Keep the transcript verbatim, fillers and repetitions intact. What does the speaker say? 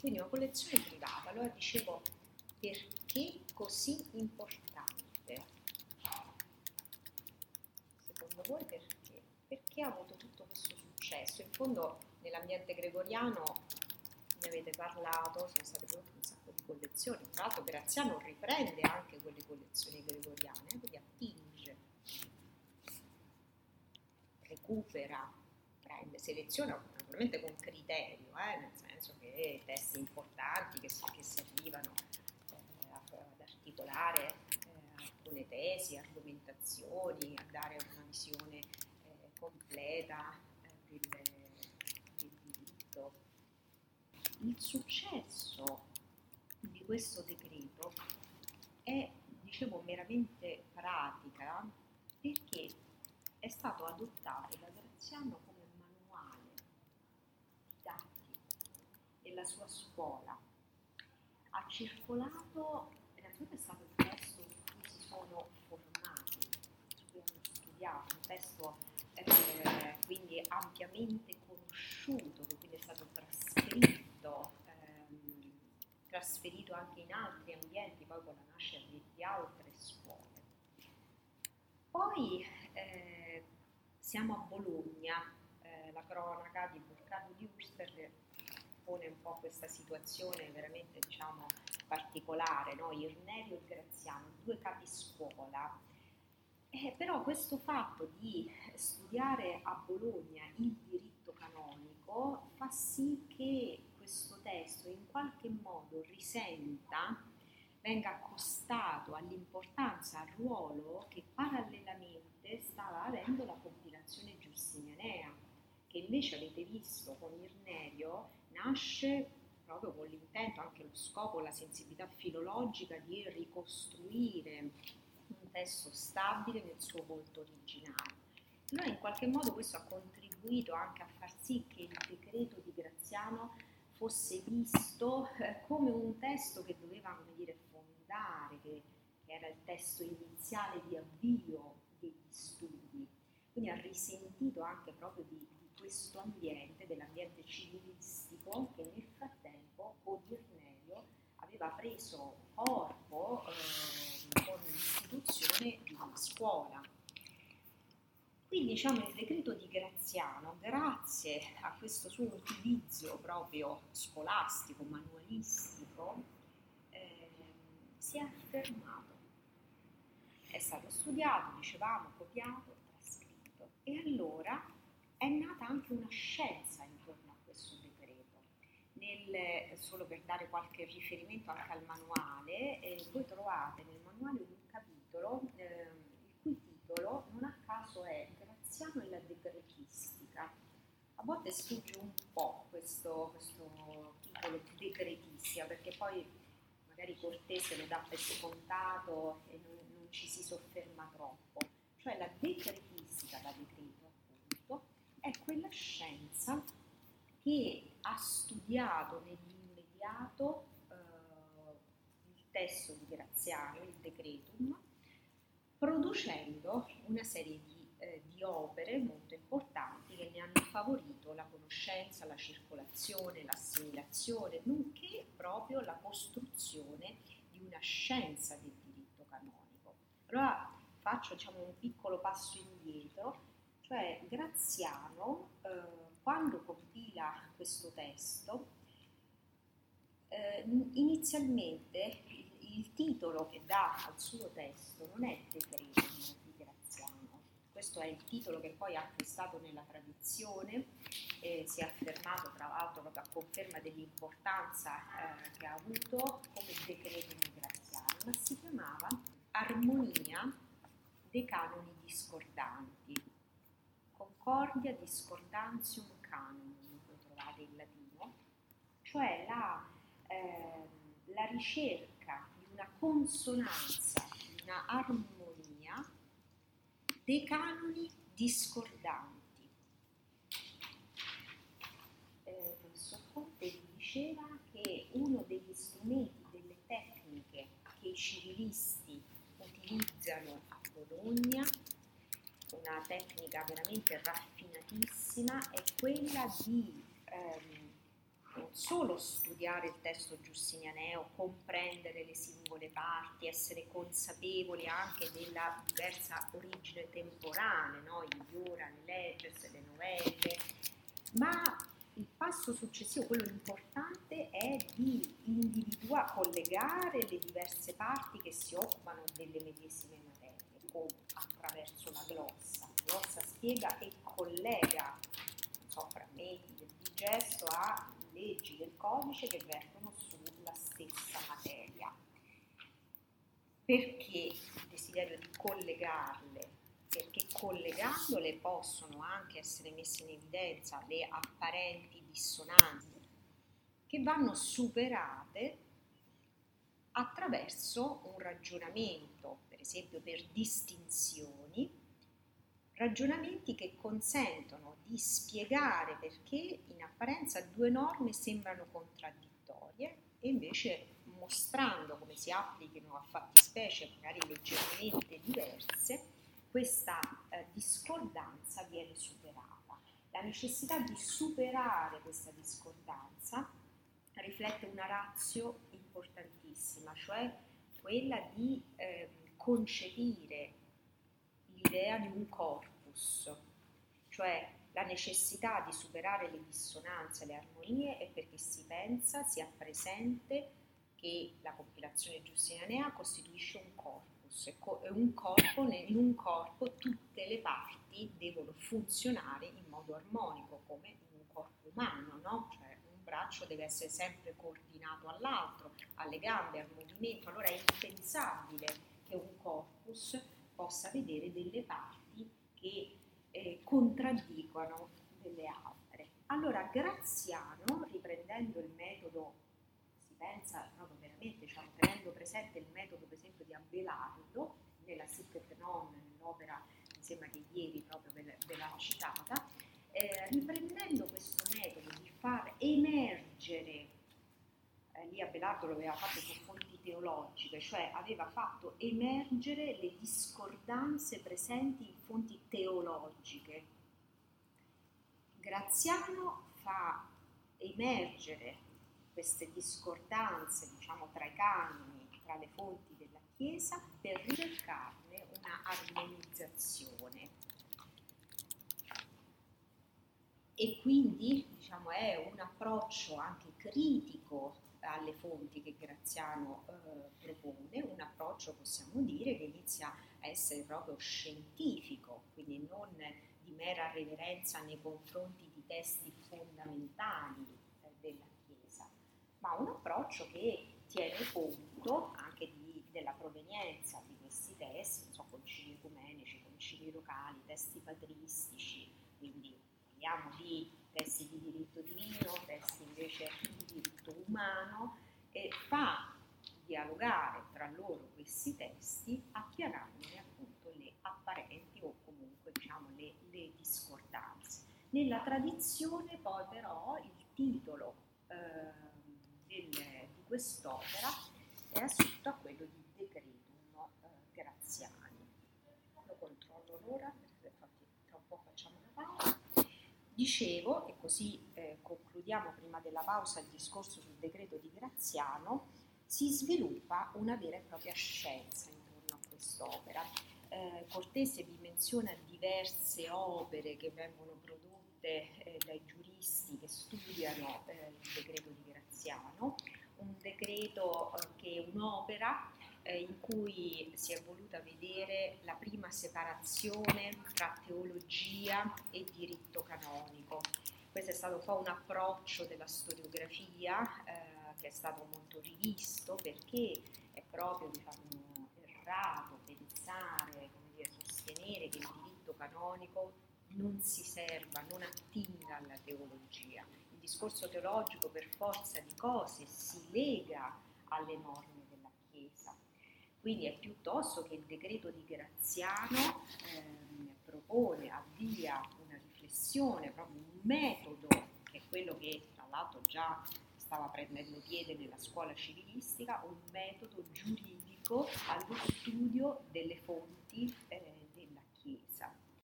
quindi una collezione privata. Allora dicevo, perché così importante? Secondo voi perché? Perché ha avuto tutto questo successo? In fondo nell'ambiente gregoriano ne avete parlato, sono state prodotte un sacco di collezioni, tra l'altro Graziano riprende anche quelle collezioni gregoriane, quindi attinge, recupera, prende, seleziona naturalmente con criterio, eh, nel senso che testi importanti che, che servivano eh, ad articolare eh, alcune tesi, argomentazioni, a dare una visione eh, completa eh, del, del diritto. Il successo di questo decreto è, dicevo, meramente pratica perché è stato adottato da Graziano come manuale didattico della sua scuola. Ha circolato, innanzitutto è stato il testo su cui si sono formati, su cui hanno studiato, un testo eh, quindi ampiamente conosciuto, che quindi è stato trascritto, ehm, trasferito anche in altri ambienti, poi con la nascita di, di altre scuole. Poi eh, siamo a Bologna, eh, la cronaca di Burcardo di Uster pone un po' questa situazione veramente, diciamo, particolare, no? Irnerio e Graziano, due capiscuola. Eh, però questo fatto di studiare a Bologna il diritto canonico fa sì che questo testo in qualche modo risenta, venga accostato all'importanza, al ruolo che parallelamente stava avendo la compilazione giustinianea, che invece avete visto con Irnerio nasce proprio con l'intento, anche lo scopo, la sensibilità filologica di ricostruire un testo stabile nel suo volto originale. Allora in qualche modo questo ha contribuito anche a far sì che il decreto di Graziano fosse visto eh, come un testo che doveva, come dire, fondare, che, che era il testo iniziale di avvio degli studi. Quindi ha risentito anche proprio di, di questo ambiente, dell'ambiente civilistico, che nel frattempo con Irnerio aveva preso corpo eh, con l'istituzione di una scuola. Quindi diciamo il decreto di Graziano, grazie a questo suo utilizzo proprio scolastico, manualistico, eh, si è affermato. È stato studiato, dicevamo, copiato, trascritto. E allora è nata anche una scienza intorno a questo decreto. Nel, solo per dare qualche riferimento anche al manuale, eh, voi trovate nel manuale un capitolo eh, il cui titolo non a caso è Graziano e la decretistica. A volte sfugge un po' questo, questo titolo decretistica, perché poi magari Cortese lo dà per scontato e non, non ci si sofferma troppo. Cioè la decretistica da decreto, appunto, è quella scienza che ha studiato nell'immediato eh, il testo di Graziano, il decretum, producendo una serie di, eh, di opere molto importanti che ne hanno favorito la conoscenza, la circolazione, l'assimilazione, nonché proprio la costruzione di una scienza del diritto canonico. Allora faccio, diciamo, un piccolo passo indietro, cioè Graziano, eh, quando compila questo testo, eh, inizialmente il, il titolo che dà al suo testo non è Decretum di Graziano, questo è il titolo che poi ha acquistato nella tradizione, eh, si è affermato tra l'altro proprio a conferma dell'importanza eh, che ha avuto come Decretum di Graziano, ma si chiamava Armonia dei canoni discordanti, Concordia discordantium canonum, lo trovate in latino, cioè la, eh, la ricerca di una consonanza, di una armonia dei canoni discordanti. Eh, Socrate diceva che uno degli strumenti, delle tecniche che i civilisti utilizzano a Bologna, una tecnica veramente raffinatissima, è quella di ehm, non solo studiare studiare il testo giustinianeo, comprendere le singole parti, essere consapevoli anche della diversa origine temporale, no? Il Iora, le Leges, le novelle, ma il passo successivo, quello importante, è di individuare, collegare le diverse parti che si occupano delle medesime materie, come attraverso la glossa. La glossa spiega e collega, non so, frammenti del digesto a leggi del codice che vertono sulla stessa materia. Perché il desiderio di collegarle? Perché collegandole possono anche essere messe in evidenza le apparenti dissonanze che vanno superate attraverso un ragionamento, per esempio per distinzioni, ragionamenti che consentono di spiegare perché in apparenza due norme sembrano contraddittorie e invece mostrando come si applichino a fattispecie magari leggermente diverse, questa eh, discordanza viene superata. La necessità di superare questa discordanza riflette una ratio importantissima, cioè quella di eh, concepire l'idea di un corpus, cioè la necessità di superare le dissonanze, le armonie, è perché si pensa, si ha presente che la compilazione giustinianea costituisce un corpus. È un corpo, in un corpo tutte le parti devono funzionare in modo armonico, come in un corpo umano, no? Cioè un braccio deve essere sempre coordinato all'altro, alle gambe, al movimento. Allora è impensabile che un corpus possa vedere delle parti che eh, contraddicono delle altre. Allora Graziano, riprendendo il metodo, si pensa proprio veramente, diciamo, tenendo presente il metodo per esempio di Abelardo nella Sic Non, nell'opera, mi sembra che ieri proprio ve, ve l'ha citata, eh, riprendendo questo metodo di far emergere, eh, lì Abelardo lo aveva fatto su fonti teologiche, cioè aveva fatto emergere le discordanze presenti in fonti teologiche. Graziano fa emergere queste discordanze, diciamo, tra i canoni, tra le fonti della Chiesa, per ricercarne una armonizzazione. E quindi, diciamo, è un approccio anche critico alle fonti che Graziano eh, propone, un approccio, possiamo dire, che inizia a essere proprio scientifico, quindi non di mera reverenza nei confronti di testi fondamentali eh, della Chiesa, ma un approccio che tiene conto anche di, della provenienza di questi testi, non so, concili ecumenici, concili locali, testi patristici, quindi parliamo di testi di diritto divino, testi invece di diritto umano, e fa dialogare tra loro questi testi appianandone appunto le apparenti o comunque, diciamo, le, le discordanze. Nella tradizione poi però il titolo eh, del, di quest'opera è assunto a quello di Decretum eh, Graziani. Lo controllo l'ora, perché tra un po' facciamo la pausa. Dicevo, e così eh, concludiamo prima della pausa il discorso sul decreto di Graziano, si sviluppa una vera e propria scienza intorno a quest'opera. Eh, Cortese vi menziona diverse opere che vengono prodotte eh, dai giuristi che studiano eh, il decreto di Graziano, un decreto eh, che è un'opera eh, in cui si è voluta vedere la prima separazione tra teologia e diritto canonico. Questo è stato un po' un approccio della storiografia eh, che è stato molto rivisto, perché è proprio, diciamo, errato pensare, come dire, sostenere che il diritto canonico non si serva, non attinga alla teologia. Il discorso teologico per forza di cose si lega alle norme della Chiesa. Quindi è piuttosto che il decreto di Graziano ehm, propone, avvia una riflessione, proprio un metodo, che è quello che tra l'altro già stava prendendo piede nella scuola civilistica, un metodo giuridico allo studio delle fonti eh,